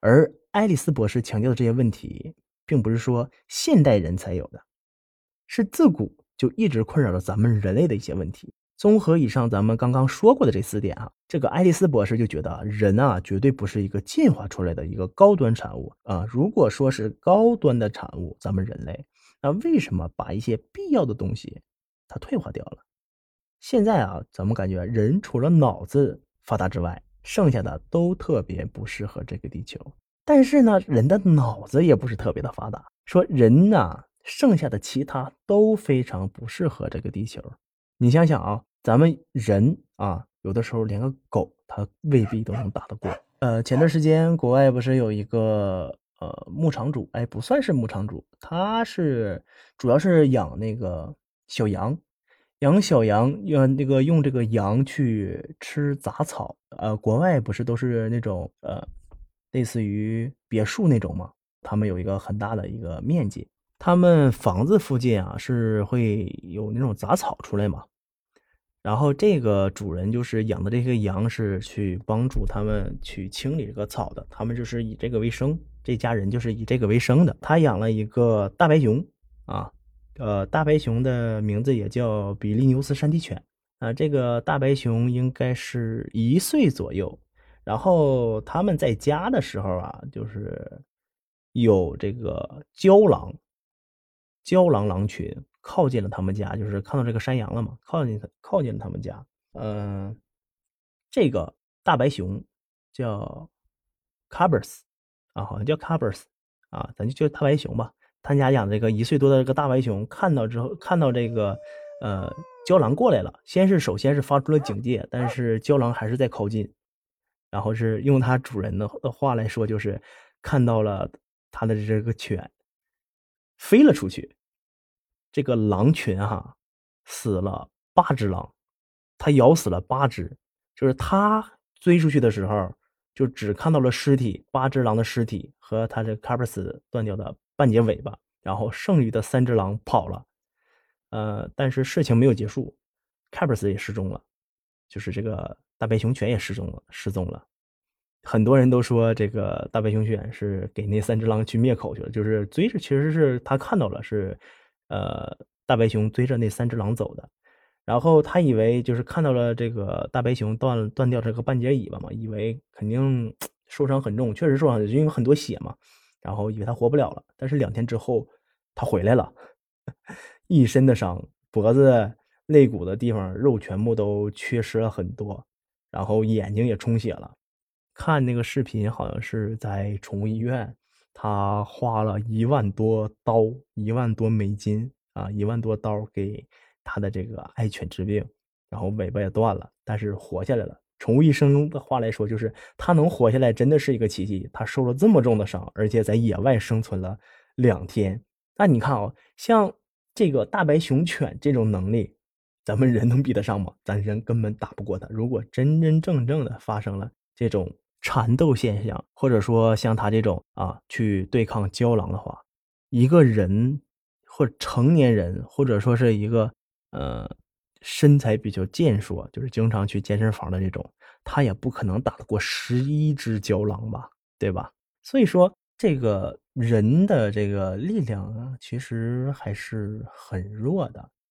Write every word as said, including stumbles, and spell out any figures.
而爱丽丝博士强调的这些问题，并不是说现代人才有的，是自古就一直困扰着咱们人类的一些问题。综合以上咱们刚刚说过的这四点啊，这个爱丽丝博士就觉得人啊，绝对不是一个进化出来的一个高端产物啊。如果说是高端的产物，咱们人类，那为什么把一些必要的东西它退化掉了？现在啊，咱们感觉人除了脑子发达之外，剩下的都特别不适合这个地球。但是呢，人的脑子也不是特别的发达，说人呐，剩下的其他都非常不适合这个地球。你想想啊，咱们人啊，有的时候连个狗它未必都能打得过。呃，前段时间国外不是有一个呃牧场主，哎，不算是牧场主，他是主要是养那个小羊，养小羊，用那个用这个羊去吃杂草。呃，国外不是都是那种呃类似于别墅那种吗？他们有一个很大的一个面积，他们房子附近啊是会有那种杂草出来嘛。然后这个主人就是养的这些羊是去帮助他们去清理这个草的，他们就是以这个为生，这家人就是以这个为生的。他养了一个大白熊啊，呃，大白熊的名字也叫比利牛斯山地犬啊。这个大白熊应该是一岁左右，然后他们在家的时候啊，就是有这个郊狼，郊狼狼群靠近了他们家，就是看到这个山羊了嘛，靠近靠近了他们家。嗯、呃，这个大白熊叫 Carbers 啊，好像叫 Carbers 啊，咱就叫大白熊吧。他家养这个一岁多的这个大白熊，看到之后，看到这个呃郊狼过来了，先是首先是发出了警戒，但是郊狼还是在靠近。然后是用它主人的话来说，就是看到了他的这个犬飞了出去。这个狼群哈，死了八只狼，他咬死了八只，就是他追出去的时候，就只看到了尸体，八只狼的尸体和他这卡布斯断掉的半截尾巴，然后剩余的三只狼跑了。呃，但是事情没有结束，卡布斯也失踪了，就是这个大白熊犬也失踪了，失踪了。很多人都说这个大白熊犬是给那三只狼去灭口去了，就是追着，其实是他看到了是，呃，大白熊追着那三只狼走的，然后他以为就是看到了这个大白熊断断掉这个半截尾巴嘛，以为肯定受伤很重，确实受伤，因为很多血嘛，然后以为他活不了了，但是两天之后他回来了，一身的伤，脖子、肋骨的地方肉全部都缺失了很多，然后眼睛也充血了。看那个视频好像是在宠物医院，他花了一万多刀，一万多美金啊，一万多刀给他的这个爱犬治病，然后尾巴也断了，但是活下来了。宠物医生的话来说，就是他能活下来真的是一个奇迹。他受了这么重的伤，而且在野外生存了两天。那你看啊，像这个大白熊犬这种能力，咱们人能比得上吗？咱人根本打不过它。如果真真正正的发生了这种缠斗现象，或者说像他这种啊去对抗郊狼的话，一个人或者成年人，或者说是一个呃身材比较健硕，就是经常去健身房的这种，他也不可能打得过十一只郊狼吧，对吧？所以说，这个人的这个力量啊，其实还是很弱的。